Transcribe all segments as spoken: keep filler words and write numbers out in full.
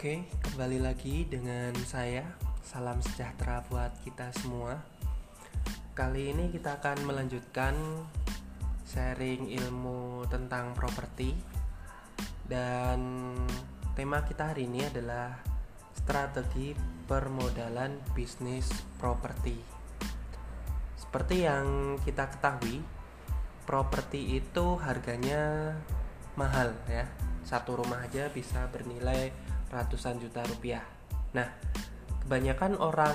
Oke, kembali lagi dengan saya. Salam sejahtera buat kita semua. Kali ini kita akan melanjutkan sharing ilmu tentang properti. Dan tema kita hari ini adalah strategi permodalan bisnis properti. Seperti yang kita ketahui, properti itu harganya mahal ya. Satu rumah aja bisa bernilai ratusan juta rupiah. Nah, kebanyakan orang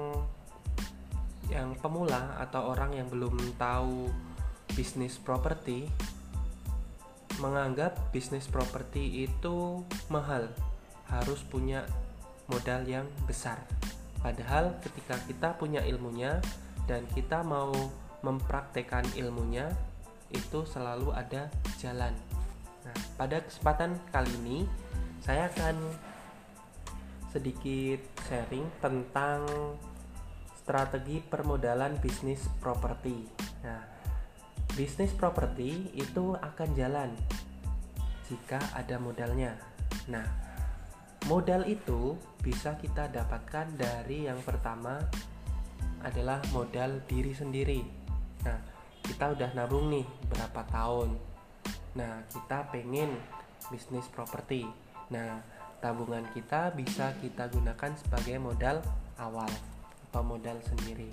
yang pemula atau orang yang belum tahu bisnis properti menganggap bisnis properti itu mahal, harus punya modal yang besar. Padahal ketika kita punya ilmunya dan kita mau mempraktekkan ilmunya, itu selalu ada jalan. Nah, pada kesempatan kali ini saya akan sedikit sharing tentang strategi permodalan bisnis properti. Nah, bisnis properti itu akan jalan jika ada modalnya. Nah, modal itu bisa kita dapatkan dari yang pertama adalah modal diri sendiri. Nah, kita udah nabung nih berapa tahun. Nah, kita pengen bisnis properti. Nah, tabungan kita bisa kita gunakan sebagai modal awal atau modal sendiri.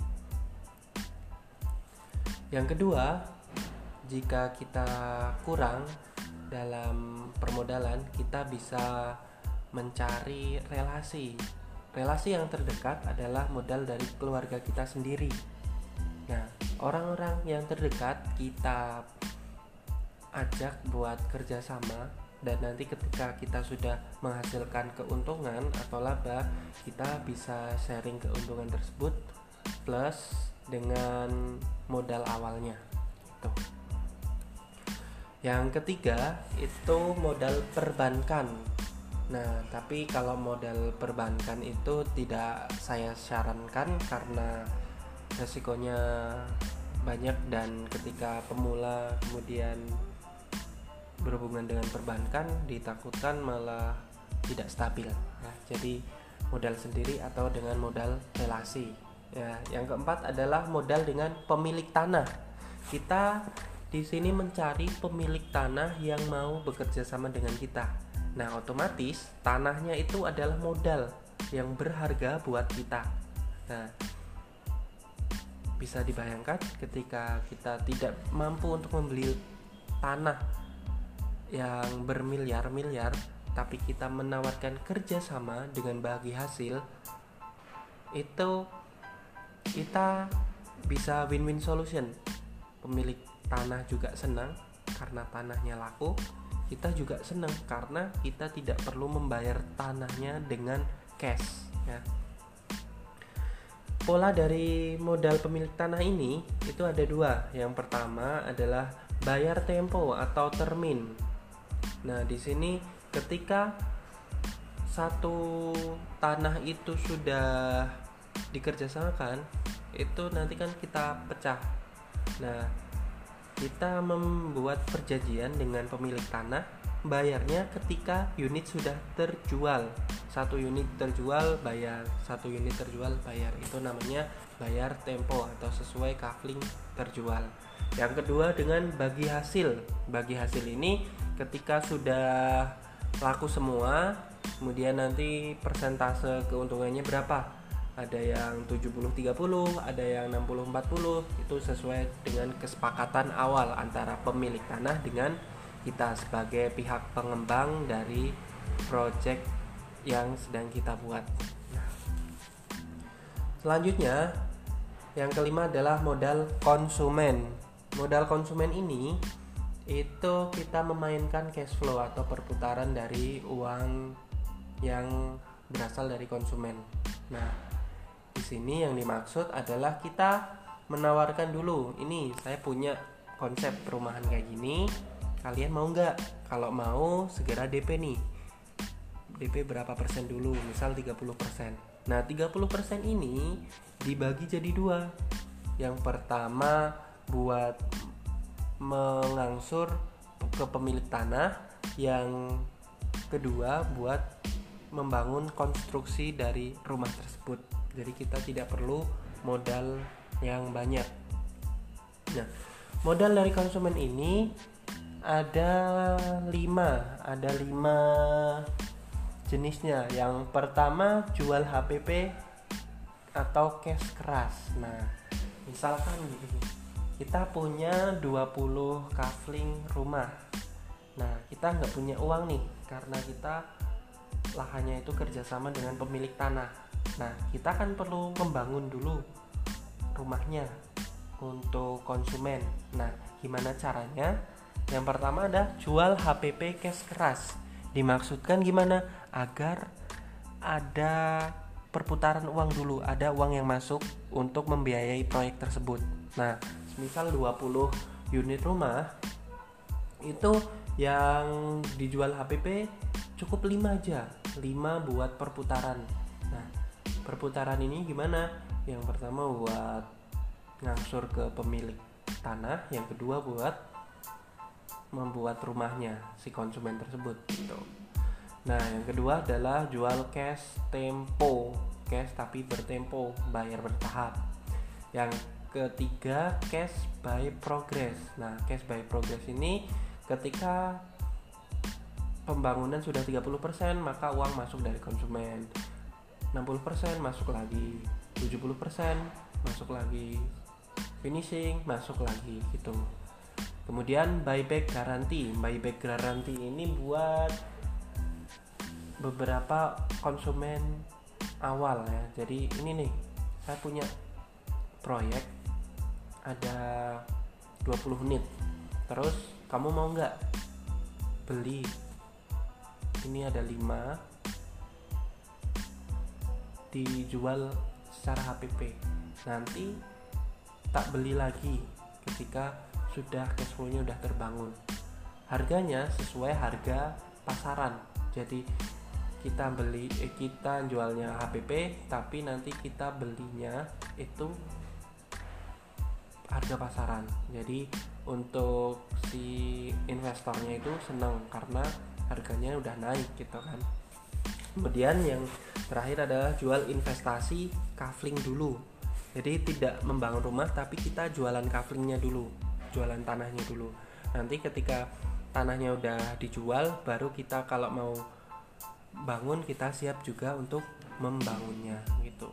Yang kedua, jika kita kurang dalam permodalan, kita bisa mencari relasi. Relasi yang terdekat adalah modal dari keluarga kita sendiri. Nah, orang-orang yang terdekat kita ajak buat kerjasama, dan nanti ketika kita sudah menghasilkan keuntungan atau laba, kita bisa sharing keuntungan tersebut plus dengan modal awalnya gitu. Yang ketiga itu modal perbankan. Nah, tapi kalau modal perbankan itu tidak saya sarankan karena resikonya banyak, dan ketika pemula kemudian berhubungan dengan perbankan ditakutkan malah tidak stabil ya. Jadi modal sendiri atau dengan modal relasi ya. Yang keempat adalah modal dengan pemilik tanah. Kita di sini mencari pemilik tanah yang mau bekerja sama dengan kita. Nah, otomatis tanahnya itu adalah modal yang berharga buat kita. Nah, bisa dibayangkan ketika kita tidak mampu untuk membeli tanah yang bermiliar-miliar, tapi kita menawarkan kerjasama dengan bagi hasil, itu kita bisa win-win solution. Pemilik tanah juga senang karena tanahnya laku, kita juga senang karena kita tidak perlu membayar tanahnya dengan cash ya. Pola dari modal pemilik tanah ini itu ada dua. Yang pertama adalah bayar tempo atau termin. Nah, di sini ketika satu tanah itu sudah dikerjasamakan, itu nanti kan kita pecah. Nah, kita membuat perjanjian dengan pemilik tanah, bayarnya ketika unit sudah terjual. Satu unit terjual bayar, satu unit terjual bayar. Itu namanya bayar tempo atau sesuai kafling terjual. Yang kedua dengan bagi hasil. Bagi hasil ini ketika sudah laku semua, kemudian nanti persentase keuntungannya berapa? Ada yang tujuh puluh tiga puluh, ada yang enam puluh empat puluh. Itu sesuai dengan kesepakatan awal antara pemilik tanah dengan kita sebagai pihak pengembang dari project yang sedang kita buat. Nah, selanjutnya yang kelima adalah modal konsumen. Modal konsumen ini itu kita memainkan cash flow atau perputaran dari uang yang berasal dari konsumen. Nah, di sini yang dimaksud adalah kita menawarkan dulu, ini saya punya konsep perumahan kayak gini, kalian mau nggak? Kalau mau segera D P nih. D P berapa persen dulu? Misal tiga puluh persen. Nah, tiga puluh persen ini dibagi jadi dua. Yang pertama buat mengangsur ke pemilik tanah, yang kedua buat membangun konstruksi dari rumah tersebut. Jadi kita tidak perlu modal yang banyak. Nah, modal dari konsumen ini ada lima, ada lima jenisnya. Yang pertama jual H P P atau cash keras. Nah, misalkan gini, kita punya dua puluh kafling rumah. Nah, kita nggak punya uang nih karena kita lahannya itu kerjasama dengan pemilik tanah. Nah, kita kan perlu membangun dulu rumahnya untuk konsumen. Nah, gimana caranya? Yang pertama ada jual H P P cash keras. Dimaksudkan gimana? Agar ada perputaran uang dulu, ada uang yang masuk untuk membiayai proyek tersebut. Nah, misal dua puluh unit rumah itu yang dijual H P P cukup lima aja, lima buat perputaran. Nah, perputaran ini gimana? Yang pertama buat ngangsur ke pemilik tanah, yang kedua buat membuat rumahnya si konsumen tersebut gitu. Nah, yang kedua adalah jual cash tempo, cash tapi bertempo, bayar bertahap. Yang ketiga cash by progress. Nah, cash by progress ini ketika pembangunan sudah tiga puluh persen maka uang masuk dari konsumen, enam puluh persen masuk lagi, tujuh puluh persen masuk lagi, finishing masuk lagi gitu. Kemudian buyback garanti. Buyback garanti ini buat beberapa konsumen awal ya. Jadi ini nih, saya punya proyek ada dua puluh unit. Terus kamu mau nggak beli? Ini ada lima, dijual secara H P P. Nanti tak beli lagi ketika sudah cash flow-nya udah terbangun. Harganya sesuai harga pasaran. Jadi kita beli eh, kita jualnya H P P, tapi nanti kita belinya itu harga pasaran. Jadi untuk si investornya itu senang karena harganya udah naik gitu kan. Kemudian yang terakhir adalah jual investasi kafling dulu. Jadi tidak membangun rumah tapi kita jualan kaflingnya dulu, jualan tanahnya dulu. Nanti ketika tanahnya udah dijual, baru kita kalau mau bangun kita siap juga untuk membangunnya gitu.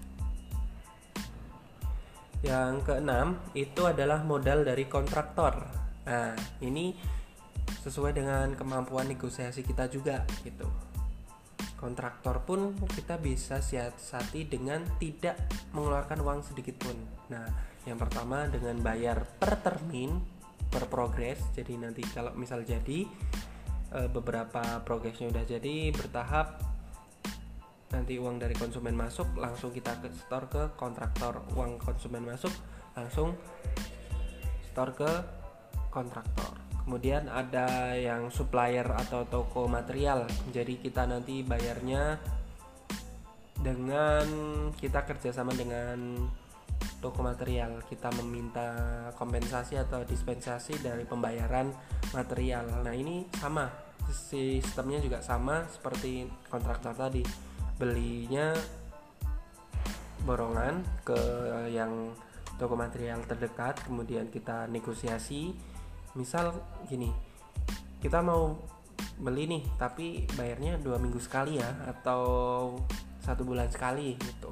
Yang keenam itu adalah modal dari kontraktor. Nah, ini sesuai dengan kemampuan negosiasi kita juga gitu. Kontraktor pun kita bisa siasati dengan tidak mengeluarkan uang sedikit pun. Nah, yang pertama dengan bayar per termin, per progress. Jadi nanti kalau misal jadi e, beberapa progresnya udah jadi bertahap, nanti uang dari konsumen masuk langsung kita ke store ke kontraktor. Uang konsumen masuk langsung store ke kontraktor. Kemudian ada yang supplier atau toko material. Jadi kita nanti bayarnya dengan kita kerjasama dengan toko material. Kita meminta kompensasi atau dispensasi dari pembayaran material. Nah, ini sama, sistemnya juga sama seperti kontraktor tadi. Belinya borongan ke yang toko material terdekat, kemudian kita negosiasi. Misal gini, kita mau beli nih tapi bayarnya dua minggu sekali ya, atau satu bulan sekali gitu.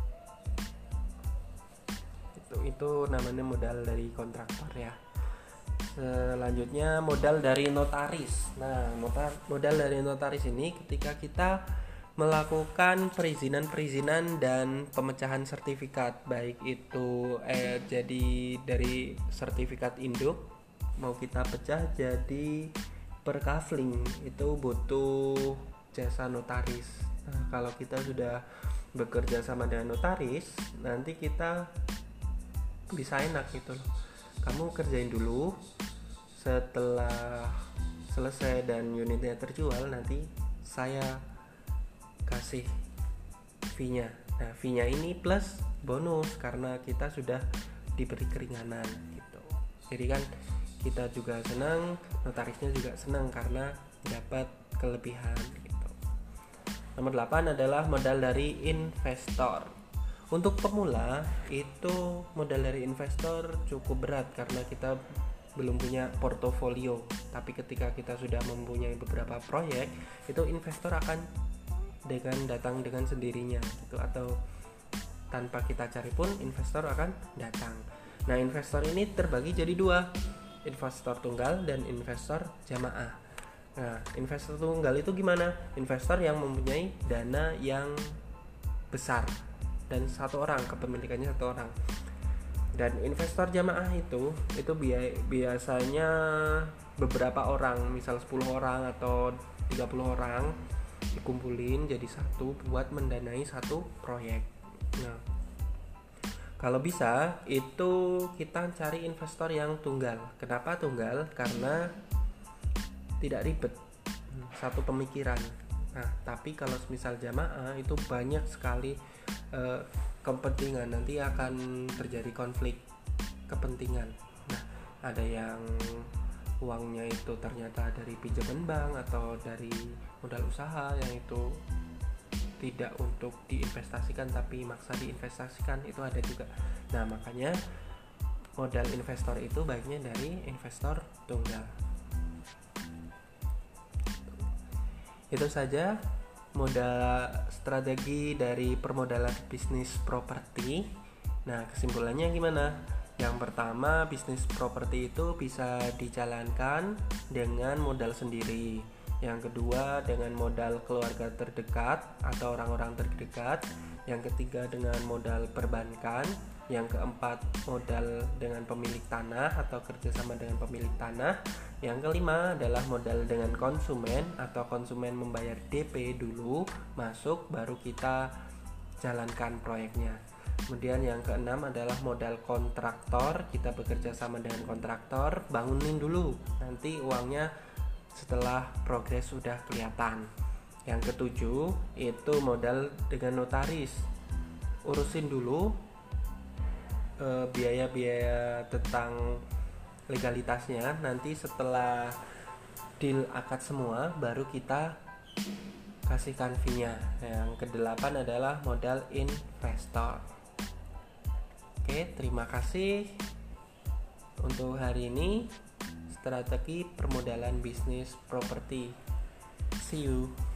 Itu itu namanya modal dari kontraktor ya. Selanjutnya modal dari notaris. Nah, modal dari notaris ini ketika kita melakukan perizinan-perizinan dan pemecahan sertifikat, baik itu eh, jadi dari sertifikat induk mau kita pecah jadi per kafling, itu butuh jasa notaris. Nah, kalau kita sudah bekerja sama dengan notaris, nanti kita bisa enak gitu loh. Kamu kerjain dulu, setelah selesai dan unitnya terjual, nanti saya kasih fee-nya. Nah, fee-nya ini plus bonus karena kita sudah diberi keringanan gitu. Jadi kan kita juga senang, notarisnya juga senang karena dapat kelebihan gitu. Nomor delapan adalah modal dari investor. Untuk pemula itu modal dari investor cukup berat karena kita belum punya portofolio. Tapi ketika kita sudah mempunyai beberapa proyek, itu investor akan dengan datang dengan sendirinya gitu, atau tanpa kita cari pun investor akan datang. Nah, investor ini terbagi jadi dua, investor tunggal dan investor jamaah. Nah, investor tunggal itu gimana? Investor yang mempunyai dana yang besar dan satu orang, kepemilikannya satu orang. Dan investor jamaah itu itu biasanya beberapa orang, misal sepuluh orang atau tiga puluh orang dikumpulin jadi satu buat mendanai satu proyek. Nah, kalau bisa itu kita cari investor yang tunggal. Kenapa tunggal? Karena tidak ribet, satu pemikiran. Nah, tapi kalau misal jamaah itu banyak sekali eh, kepentingan, nanti akan terjadi konflik kepentingan. Nah, ada yang uangnya itu ternyata dari pinjaman bank atau dari modal usaha yang itu tidak untuk diinvestasikan tapi maksa diinvestasikan, itu ada juga. Nah, makanya modal investor itu baiknya dari investor tunggal. Itu saja modal strategi dari permodalan bisnis properti. Nah, kesimpulannya gimana? Yang pertama, bisnis properti itu bisa dijalankan dengan modal sendiri. Yang kedua, dengan modal keluarga terdekat atau orang-orang terdekat. Yang ketiga, dengan modal perbankan. Yang keempat, modal dengan pemilik tanah atau kerjasama dengan pemilik tanah. Yang kelima adalah modal dengan konsumen atau konsumen membayar D P dulu, masuk baru kita jalankan proyeknya. Kemudian yang keenam adalah modal kontraktor, kita bekerja sama dengan kontraktor, bangunin dulu, nanti uangnya setelah progres sudah kelihatan. Yang ketujuh itu modal dengan notaris, urusin dulu e, biaya-biaya tentang legalitasnya, nanti setelah deal akad semua baru kita kasihkan fee-nya. Yang kedelapan adalah modal investor. Oke, terima kasih untuk hari ini, strategi permodalan bisnis properti. See you.